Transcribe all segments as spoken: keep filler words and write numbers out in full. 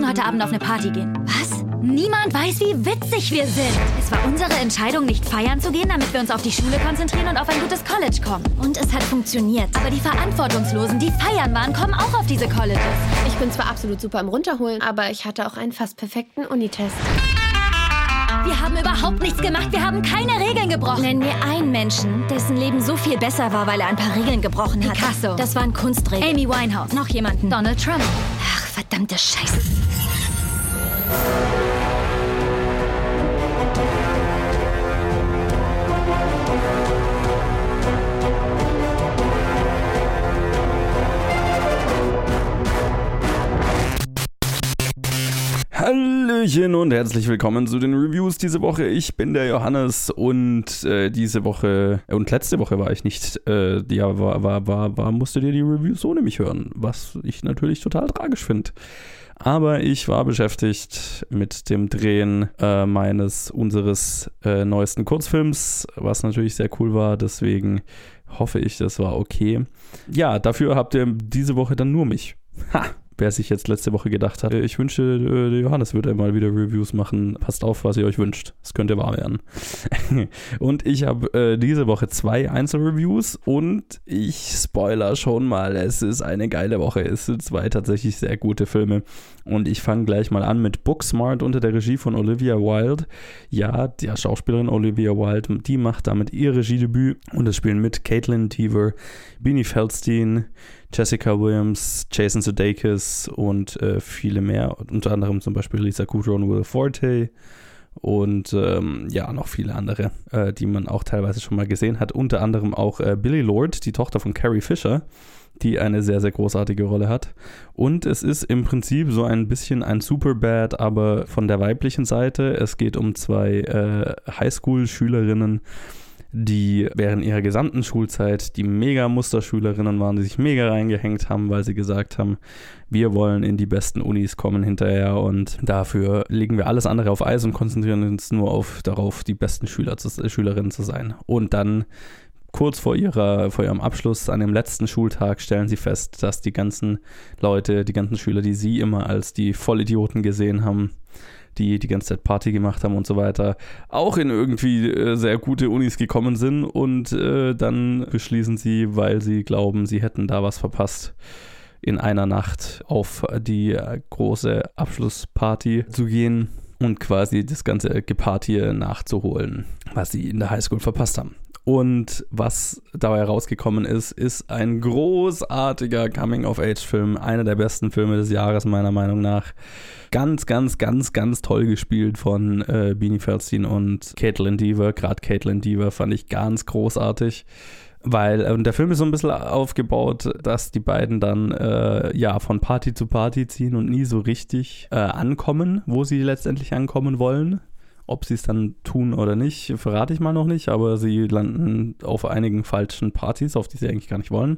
müssen heute Abend auf eine Party gehen. Was? Niemand weiß, wie witzig wir sind. Es war unsere Entscheidung, nicht feiern zu gehen, damit wir uns auf die Schule konzentrieren und auf ein gutes College kommen. Und es hat funktioniert. Aber die Verantwortungslosen, die feiern waren, kommen auch auf diese Colleges. Ich bin zwar absolut super im Runterholen, aber ich hatte auch einen fast perfekten Unitest. Wir haben überhaupt nichts gemacht. Wir haben keine Regeln gebrochen. Nenn mir einen Menschen, dessen Leben so viel besser war, weil er ein paar Regeln gebrochen hat. Picasso. Das waren Kunstregeln. Amy Winehouse. Noch jemanden. Donald Trump. Ach, verdammte Scheiße. Hallöchen und herzlich willkommen zu den Reviews diese Woche. Ich bin der Johannes und äh, diese Woche und letzte Woche war ich nicht, äh, ja, war, war, war, war, musstet ihr die Reviews ohne mich hören, was ich natürlich total tragisch finde. Aber ich war beschäftigt mit dem Drehen äh, meines, unseres äh, neuesten Kurzfilms, was natürlich sehr cool war, deswegen hoffe ich, das war okay. Ja, dafür habt ihr diese Woche dann nur mich. Ha! Wer sich jetzt letzte Woche gedacht hat, ich wünschte, der Johannes würde mal wieder Reviews machen. Passt auf, was ihr euch wünscht. Es könnte wahr werden. Und ich habe äh, diese Woche zwei Einzelreviews und ich spoiler schon mal, es ist eine geile Woche. Es sind zwei tatsächlich sehr gute Filme. Und ich fange gleich mal an mit Booksmart unter der Regie von Olivia Wilde. Ja, die Schauspielerin Olivia Wilde, die macht damit ihr Regiedebüt. Und es spielen mit Caitlin Dever, Beanie Feldstein, Jessica Williams, Jason Sudeikis und äh, viele mehr. Unter anderem zum Beispiel Lisa Kudrow und Will Forte. Und ähm, ja, noch viele andere, äh, die man auch teilweise schon mal gesehen hat. Unter anderem auch äh, Billie Lourd, die Tochter von Carrie Fisher, die eine sehr, sehr großartige Rolle hat. Und es ist im Prinzip so ein bisschen ein Superbad, aber von der weiblichen Seite. Es geht um zwei äh, Highschool-Schülerinnen, die während ihrer gesamten Schulzeit die Mega-Musterschülerinnen waren, die sich mega reingehängt haben, weil sie gesagt haben, wir wollen in die besten Unis kommen hinterher und dafür legen wir alles andere auf Eis und konzentrieren uns nur auf, darauf, die besten Schüler zu, Schülerinnen zu sein. Und dann kurz vor, ihrer, vor ihrem Abschluss, an dem letzten Schultag, stellen sie fest, dass die ganzen Leute, die ganzen Schüler, die sie immer als die Vollidioten gesehen haben, die die ganze Zeit Party gemacht haben und so weiter, auch in irgendwie äh, sehr gute Unis gekommen sind und äh, dann beschließen sie, weil sie glauben, sie hätten da was verpasst, in einer Nacht auf die äh, große Abschlussparty zu gehen und quasi das ganze Geparty nachzuholen, was sie in der Highschool verpasst haben. Und was dabei rausgekommen ist, ist ein großartiger Coming-of-Age-Film, einer der besten Filme des Jahres meiner Meinung nach. Ganz, ganz, ganz, ganz toll gespielt von äh, Beanie Feldstein und Caitlin Dever. Gerade Caitlin Dever fand ich ganz großartig, weil äh, der Film ist so ein bisschen aufgebaut, dass die beiden dann äh, ja von Party zu Party ziehen und nie so richtig äh, ankommen, wo sie letztendlich ankommen wollen. Ob sie es dann tun oder nicht, verrate ich mal noch nicht, aber sie landen auf einigen falschen Partys, auf die sie eigentlich gar nicht wollen.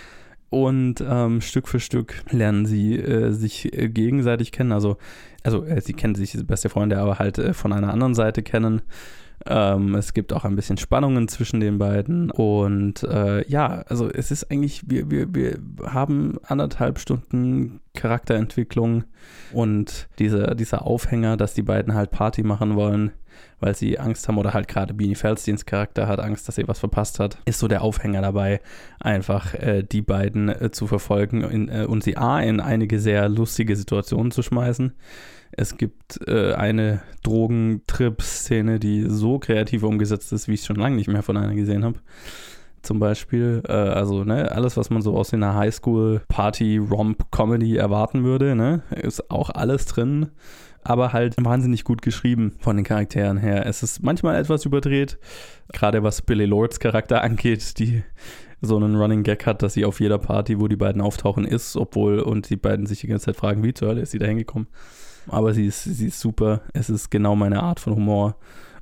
Und ähm, Stück für Stück lernen sie äh, sich äh, gegenseitig kennen. Also, also äh, sie kennen sich, beste Freunde, aber halt äh, von einer anderen Seite kennen. Ähm, es gibt auch ein bisschen Spannungen zwischen den beiden. Und äh, ja, also es ist eigentlich, wir, wir, wir haben anderthalb Stunden Charakterentwicklung und dieser, dieser Aufhänger, dass die beiden halt Party machen wollen, weil sie Angst haben, oder halt gerade Beanie Feldsteins Charakter hat Angst, dass sie was verpasst hat, ist so der Aufhänger dabei, einfach äh, die beiden äh, zu verfolgen in, äh, und sie A, in einige sehr lustige Situationen zu schmeißen. Es gibt äh, eine Drogentrip-Szene, die so kreativ umgesetzt ist, wie ich schon lange nicht mehr von einer gesehen habe. Zum Beispiel, äh, also ne, alles, was man so aus einer Highschool-Party-Romp-Comedy erwarten würde, ne, ist auch alles drin, aber halt wahnsinnig gut geschrieben von den Charakteren her. Es ist manchmal etwas überdreht, gerade was Billie Lourds Charakter angeht, die so einen Running Gag hat, dass sie auf jeder Party, wo die beiden auftauchen, ist, obwohl, und die beiden sich die ganze Zeit fragen, wie zur Hölle ist sie da hingekommen. Aber sie ist, sie ist super, es ist genau meine Art von Humor.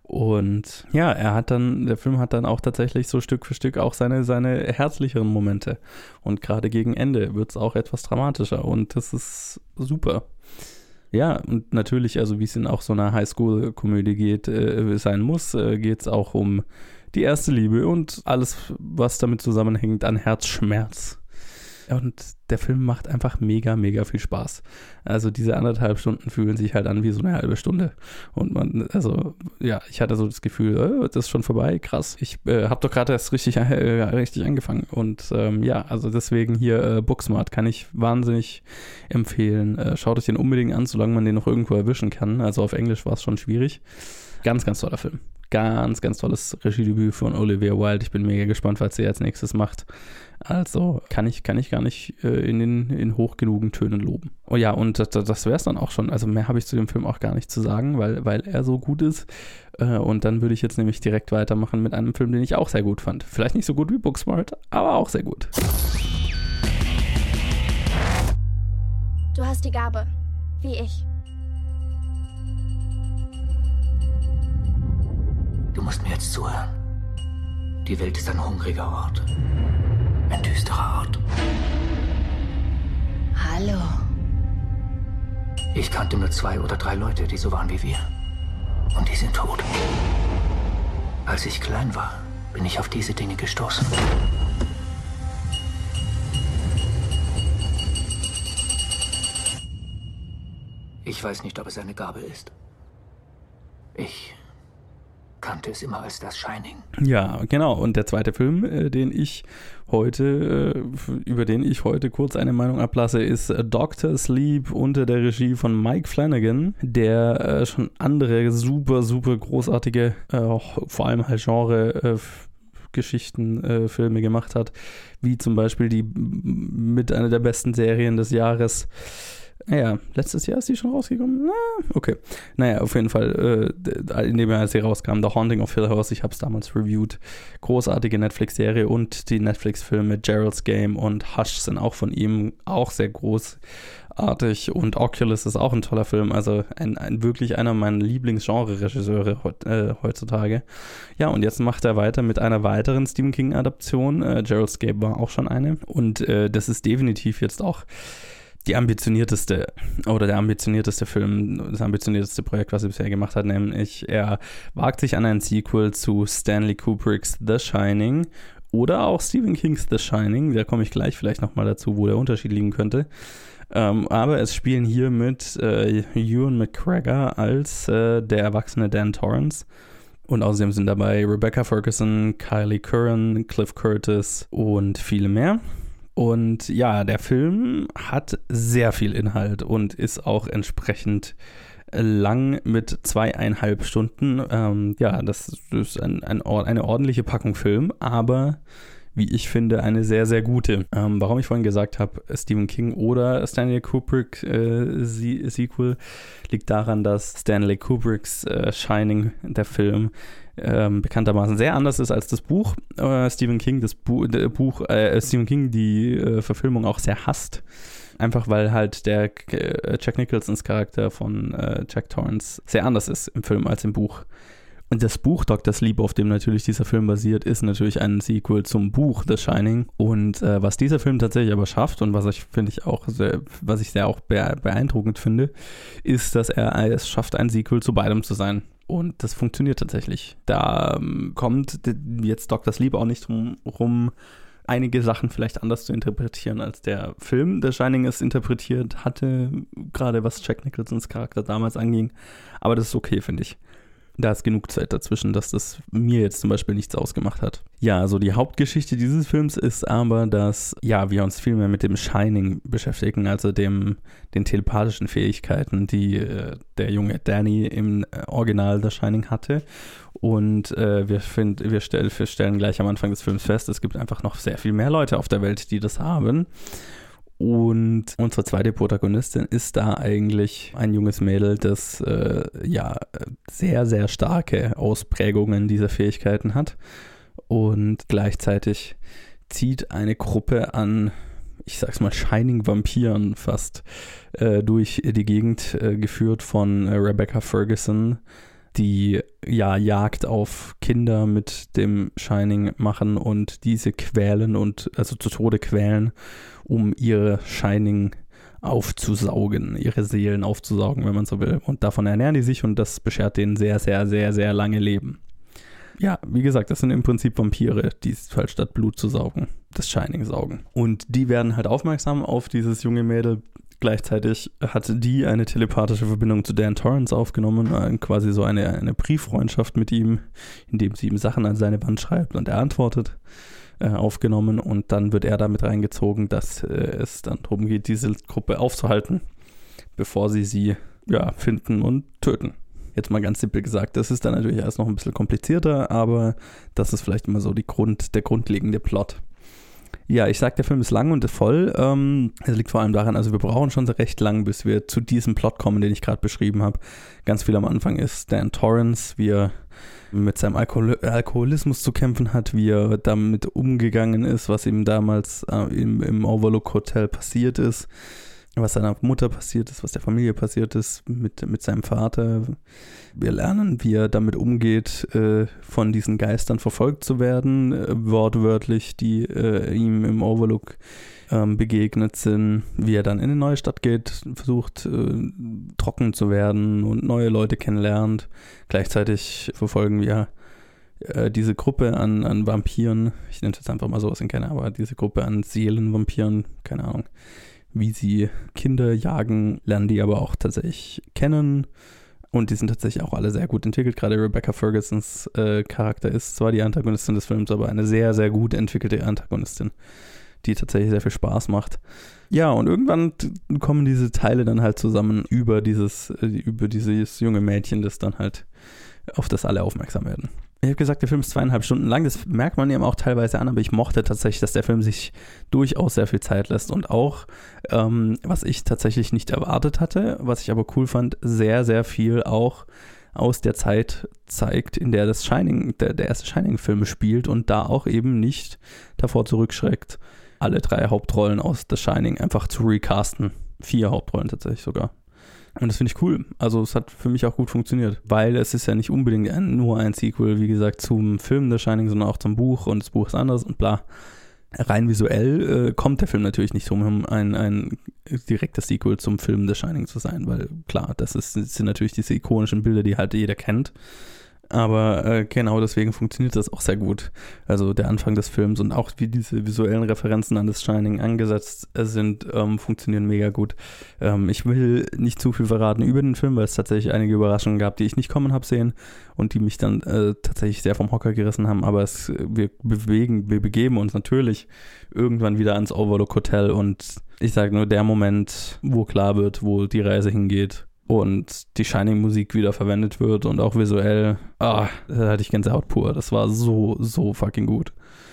Und ja, er hat dann, der Film hat dann auch tatsächlich so Stück für Stück auch seine, seine herzlicheren Momente. Und gerade gegen Ende wird es auch etwas dramatischer und das ist super. Ja, und natürlich, also wie es in auch so einer Highschool-Komödie geht, äh, sein muss, äh, geht es auch um die erste Liebe und alles, was damit zusammenhängt an Herzschmerz. Und der Film macht einfach mega, mega viel Spaß. Also diese anderthalb Stunden fühlen sich halt an wie so eine halbe Stunde. Und man, also ja, ich hatte so das Gefühl, oh, das ist schon vorbei, krass. Ich äh, habe doch gerade erst richtig, äh, richtig angefangen. Und ähm, ja, also deswegen hier äh, Booksmart kann ich wahnsinnig empfehlen. Äh, schaut euch den unbedingt an, solange man den noch irgendwo erwischen kann. Also auf Englisch war es schon schwierig. Ganz, ganz toller Film. Ganz, ganz tolles Regiedebüt von Olivia Wilde. Ich bin mega gespannt, was sie als nächstes macht. Also kann ich, kann ich gar nicht äh, in den in hoch genugen Tönen loben. Oh ja, und das, das wäre es dann auch schon. Also mehr habe ich zu dem Film auch gar nicht zu sagen, weil, weil er so gut ist. Äh, und dann würde ich jetzt nämlich direkt weitermachen mit einem Film, den ich auch sehr gut fand. Vielleicht nicht so gut wie Booksmart, aber auch sehr gut. Du hast die Gabe, wie ich. Du musst mir jetzt zuhören. Die Welt ist ein hungriger Ort. Ein düsterer Ort. Hallo. Ich kannte nur zwei oder drei Leute, die so waren wie wir. Und die sind tot. Als ich klein war, bin ich auf diese Dinge gestoßen. Ich weiß nicht, ob es eine Gabe ist. Ich kannte es immer als das Shining. Ja, genau. Und der zweite Film, äh, den ich heute, äh, über den ich heute kurz eine Meinung ablasse, ist Doctor Sleep unter der Regie von Mike Flanagan, der äh, schon andere super, super großartige, äh, vor allem halt Genre äh, Geschichten, äh, Filme gemacht hat, wie zum Beispiel die mit einer der besten Serien des Jahres. Naja, letztes Jahr ist die schon rausgekommen? Na, okay. Naja, auf jeden Fall, äh, in dem Jahr, als sie rauskam, The Haunting of Hill House, ich habe es damals reviewed. Großartige Netflix-Serie und die Netflix-Filme Gerald's Game und Hush sind auch von ihm auch sehr großartig und Oculus ist auch ein toller Film, also ein, ein wirklich einer meiner Lieblings-Genre-Regisseure äh, heutzutage. Ja, und jetzt macht er weiter mit einer weiteren Stephen King-Adaption. Äh, Gerald's Game war auch schon eine und äh, das ist definitiv jetzt auch die ambitionierteste oder der ambitionierteste Film, das ambitionierteste Projekt, was er bisher gemacht hat, nämlich er wagt sich an ein Sequel zu Stanley Kubricks The Shining oder auch Stephen Kings The Shining, da komme ich gleich vielleicht nochmal dazu, wo der Unterschied liegen könnte. Ähm, aber es spielen hier mit äh, Ewan McGregor als äh, der erwachsene Dan Torrance. Und außerdem sind dabei Rebecca Ferguson, Kylie Curran, Cliff Curtis und viele mehr. Und ja, der Film hat sehr viel Inhalt und ist auch entsprechend lang mit zweieinhalb Stunden. Ähm, ja, das ist ein, ein, eine ordentliche Packung Film, aber wie ich finde, eine sehr, sehr gute. Ähm, warum ich vorhin gesagt habe, Stephen King oder Stanley Kubrick äh, Sequel, liegt daran, dass Stanley Kubricks äh, Shining, der Film, Ähm, bekanntermaßen sehr anders ist als das Buch. Äh, Stephen King das Bu- der Buch, äh, Stephen King die äh, Verfilmung auch sehr hasst. Einfach weil halt der äh, Jack Nicholsons Charakter von äh, Jack Torrance sehr anders ist im Film als im Buch. Und das Buch Doctor Sleep, auf dem natürlich dieser Film basiert, ist natürlich ein Sequel zum Buch The Shining. Und äh, was dieser Film tatsächlich aber schafft und was ich finde ich auch sehr, was ich sehr auch be- beeindruckend finde, ist, dass er es schafft, ein Sequel zu beidem zu sein. Und das funktioniert tatsächlich. Da ähm, kommt jetzt Doctor Sleep auch nicht drum rum, einige Sachen vielleicht anders zu interpretieren, als der Film The Shining es interpretiert hatte, gerade was Jack Nicholsons Charakter damals anging. Aber das ist okay, finde ich. Da ist genug Zeit dazwischen, dass das mir jetzt zum Beispiel nichts ausgemacht hat. Ja, also die Hauptgeschichte dieses Films ist aber, dass ja wir uns viel mehr mit dem Shining beschäftigen, also dem den telepathischen Fähigkeiten, die äh, der junge Danny im äh, Original The Shining hatte. Und äh, wir, find, wir, stell, wir stellen gleich am Anfang des Films fest, es gibt einfach noch sehr viel mehr Leute auf der Welt, die das haben. Und unsere zweite Protagonistin ist da eigentlich ein junges Mädel, das äh, ja sehr, sehr starke Ausprägungen dieser Fähigkeiten hat. Und gleichzeitig zieht eine Gruppe an, ich sag's mal, Shining-Vampiren fast äh, durch die Gegend, äh, geführt von äh, Rebecca Ferguson, die ja Jagd auf Kinder mit dem Shining machen und diese quälen und also zu Tode quälen, um ihre Shining aufzusaugen, ihre Seelen aufzusaugen, wenn man so will. Und davon ernähren die sich und das beschert denen sehr, sehr, sehr, sehr lange Leben. Ja, wie gesagt, das sind im Prinzip Vampire, die halt statt Blut zu saugen, das Shining saugen. Und die werden halt aufmerksam auf dieses junge Mädel. Gleichzeitig hat die eine telepathische Verbindung zu Dan Torrance aufgenommen, äh, quasi so eine, eine Brieffreundschaft mit ihm, indem sie ihm Sachen an seine Wand schreibt und er antwortet, äh, aufgenommen. Und dann wird er damit reingezogen, dass äh, es dann darum geht, diese Gruppe aufzuhalten, bevor sie sie ja, finden und töten. Jetzt mal ganz simpel gesagt, das ist dann natürlich erst noch ein bisschen komplizierter, aber das ist vielleicht immer so die Grund, der grundlegende Plot. Ja, ich sag, der Film ist lang und ist voll. Ähm, es liegt vor allem daran, also wir brauchen schon recht lang, bis wir zu diesem Plot kommen, den ich gerade beschrieben habe. Ganz viel am Anfang ist Dan Torrance, wie er mit seinem Alkohol- Alkoholismus zu kämpfen hat, wie er damit umgegangen ist, was ihm damals äh, im, im Overlook Hotel passiert ist. Was seiner Mutter passiert ist, was der Familie passiert ist, mit, mit seinem Vater. Wir lernen, wie er damit umgeht, äh, von diesen Geistern verfolgt zu werden, äh, wortwörtlich, die äh, ihm im Overlook ähm, begegnet sind, wie er dann in eine neue Stadt geht, versucht, äh, trocken zu werden und neue Leute kennenlernt. Gleichzeitig verfolgen wir äh, diese Gruppe an, an Vampiren, ich nenne es jetzt einfach mal so, was ich kenne, aber diese Gruppe an Seelenvampiren, keine Ahnung, wie sie Kinder jagen, lernen die aber auch tatsächlich kennen und die sind tatsächlich auch alle sehr gut entwickelt. Gerade Rebecca Fergusons äh, Charakter ist zwar die Antagonistin des Films, aber eine sehr, sehr gut entwickelte Antagonistin, die tatsächlich sehr viel Spaß macht. Ja, und irgendwann kommen diese Teile dann halt zusammen über dieses, äh, über dieses junge Mädchen, das dann halt auf das alle aufmerksam werden. Ich habe gesagt, der Film ist zweieinhalb Stunden lang, das merkt man ihm auch teilweise an, aber ich mochte tatsächlich, dass der Film sich durchaus sehr viel Zeit lässt und auch, ähm, was ich tatsächlich nicht erwartet hatte, was ich aber cool fand, sehr, sehr viel auch aus der Zeit zeigt, in der das Shining, der, der erste Shining-Film spielt und da auch eben nicht davor zurückschreckt, alle drei Hauptrollen aus The Shining einfach zu recasten. Vier Hauptrollen tatsächlich sogar. Und das finde ich cool. Also es hat für mich auch gut funktioniert, weil es ist ja nicht unbedingt ein, nur ein Sequel, wie gesagt, zum Film The Shining, sondern auch zum Buch und das Buch ist anders und bla. Rein visuell äh, kommt der Film natürlich nicht drum herum, ein, ein direktes Sequel zum Film The Shining zu sein, weil klar, das, ist, das sind natürlich diese ikonischen Bilder, die halt jeder kennt. Aber äh, genau deswegen funktioniert das auch sehr gut. Also der Anfang des Films und auch wie diese visuellen Referenzen an das Shining angesetzt sind, ähm, funktionieren mega gut. Ähm, ich will nicht zu viel verraten über den Film, weil es tatsächlich einige Überraschungen gab, die ich nicht kommen habe sehen und die mich dann äh, tatsächlich sehr vom Hocker gerissen haben. Aber es, wir bewegen, wir begeben uns natürlich irgendwann wieder ans Overlook Hotel und ich sage nur, der Moment, wo klar wird, wo die Reise hingeht, und die Shining-Musik wieder verwendet wird und auch visuell, ah, da hatte ich Gänsehaut pur. Das war so, so fucking gut.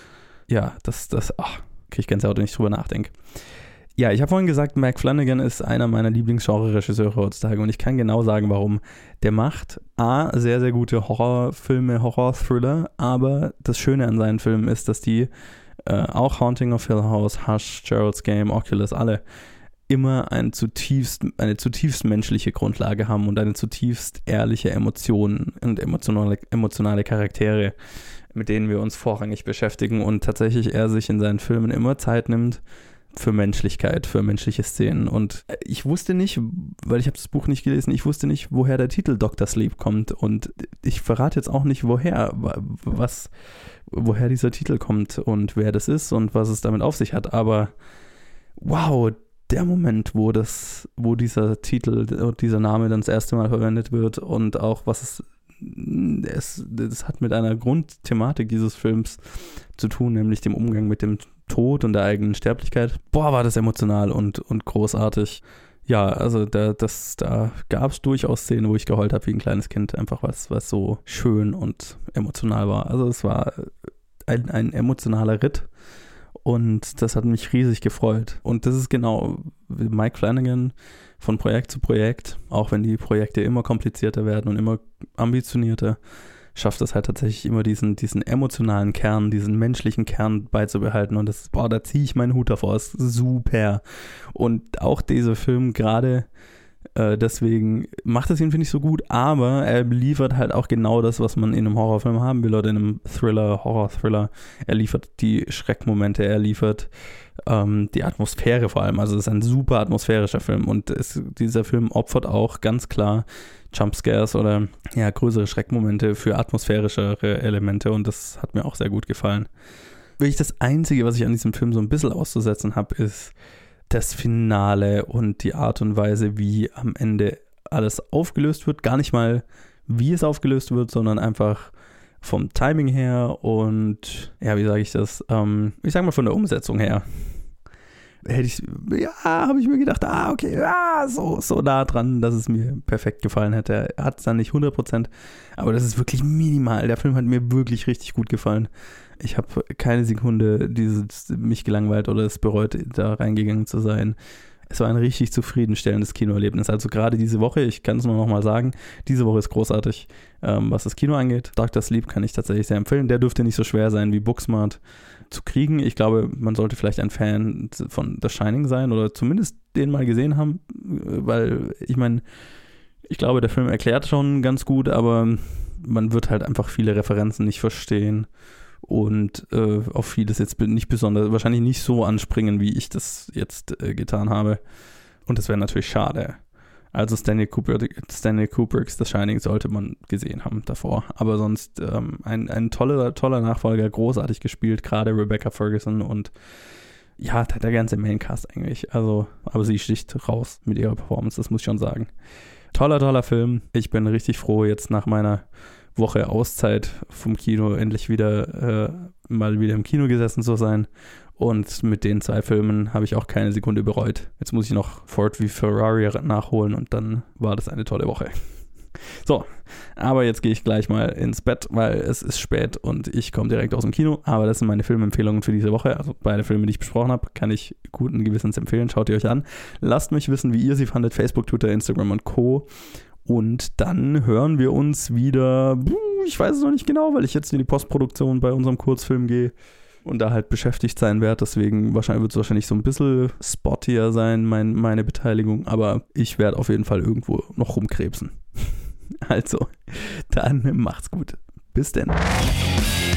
Ja, das, das, ach, kriege ich Gänsehaut, wenn ich drüber nachdenke. Ja, ich habe vorhin gesagt, Mike Flanagan ist einer meiner Lieblingsgenre-Regisseure heutzutage und ich kann genau sagen, warum. Der macht A, sehr, sehr gute Horrorfilme, Horror-Thriller, aber das Schöne an seinen Filmen ist, dass die äh, auch Haunting of Hill House, Hush, Gerald's Game, Oculus, alle immer ein zutiefst, eine zutiefst menschliche Grundlage haben und eine zutiefst ehrliche Emotion und emotionale, emotionale Charaktere, mit denen wir uns vorrangig beschäftigen und tatsächlich er sich in seinen Filmen immer Zeit nimmt für Menschlichkeit, für menschliche Szenen. Und ich wusste nicht, weil ich habe das Buch nicht gelesen, ich wusste nicht, woher der Titel Doktor Sleep kommt und ich verrate jetzt auch nicht, woher, was, woher dieser Titel kommt und wer das ist und was es damit auf sich hat, aber wow, der Moment, wo das, wo dieser Titel, dieser Name dann das erste Mal verwendet wird und auch was es, es, das hat mit einer Grundthematik dieses Films zu tun, nämlich dem Umgang mit dem Tod und der eigenen Sterblichkeit. Boah, war das emotional und, und großartig. Ja, also da, das, da gab es durchaus Szenen, wo ich geheult habe wie ein kleines Kind, einfach was, was so schön und emotional war. Also es war ein, ein emotionaler Ritt. Und das hat mich riesig gefreut. Und das ist genau wie Mike Flanagan von Projekt zu Projekt, auch wenn die Projekte immer komplizierter werden und immer ambitionierter, schafft es halt tatsächlich immer diesen, diesen emotionalen Kern, diesen menschlichen Kern beizubehalten. Und das, boah, da ziehe ich meinen Hut davor, ist super. Und auch dieser Film gerade Äh, deswegen macht es ihn, finde ich, so gut, aber er liefert halt auch genau das, was man in einem Horrorfilm haben will oder in einem Thriller, Horror-Thriller. Er liefert die Schreckmomente, er liefert ähm, die Atmosphäre vor allem. Also es ist ein super atmosphärischer Film und es, dieser Film opfert auch ganz klar Jumpscares oder ja, größere Schreckmomente für atmosphärischere Elemente und das hat mir auch sehr gut gefallen. Wirklich das Einzige, was ich an diesem Film so ein bisschen auszusetzen habe, ist das Finale und die Art und Weise, wie am Ende alles aufgelöst wird. Gar nicht mal, wie es aufgelöst wird, sondern einfach vom Timing her und, ja, wie sage ich das? Ähm, ich sage mal von der Umsetzung her. Hätte ich, ja, habe ich mir gedacht, ah, okay, ah, so, so nah dran, dass es mir perfekt gefallen hätte. Hat es dann nicht hundert Prozent, aber das ist wirklich minimal. Der Film hat mir wirklich richtig gut gefallen. Ich habe keine Sekunde dieses, mich gelangweilt oder es bereut, da reingegangen zu sein. Es war ein richtig zufriedenstellendes Kinoerlebnis. Also gerade diese Woche, ich kann es nur noch mal sagen, diese Woche ist großartig, ähm, was das Kino angeht. Doktor Sleep kann ich tatsächlich sehr empfehlen. Der dürfte nicht so schwer sein wie Booksmart zu kriegen. Ich glaube, man sollte vielleicht ein Fan von The Shining sein oder zumindest den mal gesehen haben, weil ich meine, ich glaube, der Film erklärt schon ganz gut, aber man wird halt einfach viele Referenzen nicht verstehen. Und äh, auf vieles jetzt nicht besonders, wahrscheinlich nicht so anspringen, wie ich das jetzt äh, getan habe. Und das wäre natürlich schade. Also Stanley Kubrick, Stanley Kubricks The Shining sollte man gesehen haben davor. Aber sonst ähm, ein, ein toller, toller Nachfolger, großartig gespielt, gerade Rebecca Ferguson und ja, der ganze Maincast eigentlich. Also, aber sie sticht raus mit ihrer Performance, das muss ich schon sagen. Toller, toller Film. Ich bin richtig froh, jetzt nach meiner Woche Auszeit vom Kino endlich wieder äh, mal wieder im Kino gesessen zu sein und mit den zwei Filmen habe ich auch keine Sekunde bereut. Jetzt muss ich noch Ford wie Ferrari nachholen und dann war das eine tolle Woche. So, aber jetzt gehe ich gleich mal ins Bett, weil es ist spät und ich komme direkt aus dem Kino, aber das sind meine Filmempfehlungen für diese Woche, also beide Filme, die ich besprochen habe, kann ich guten Gewissens empfehlen, schaut ihr euch an. Lasst mich wissen, wie ihr sie fandet, Facebook, Twitter, Instagram und Co. Und dann hören wir uns wieder, ich weiß es noch nicht genau, weil ich jetzt in die Postproduktion bei unserem Kurzfilm gehe und da halt beschäftigt sein werde. Deswegen wahrscheinlich, wird es wahrscheinlich so ein bisschen spottier sein, mein, meine Beteiligung. Aber ich werde auf jeden Fall irgendwo noch rumkrebsen. Also, dann macht's gut. Bis denn.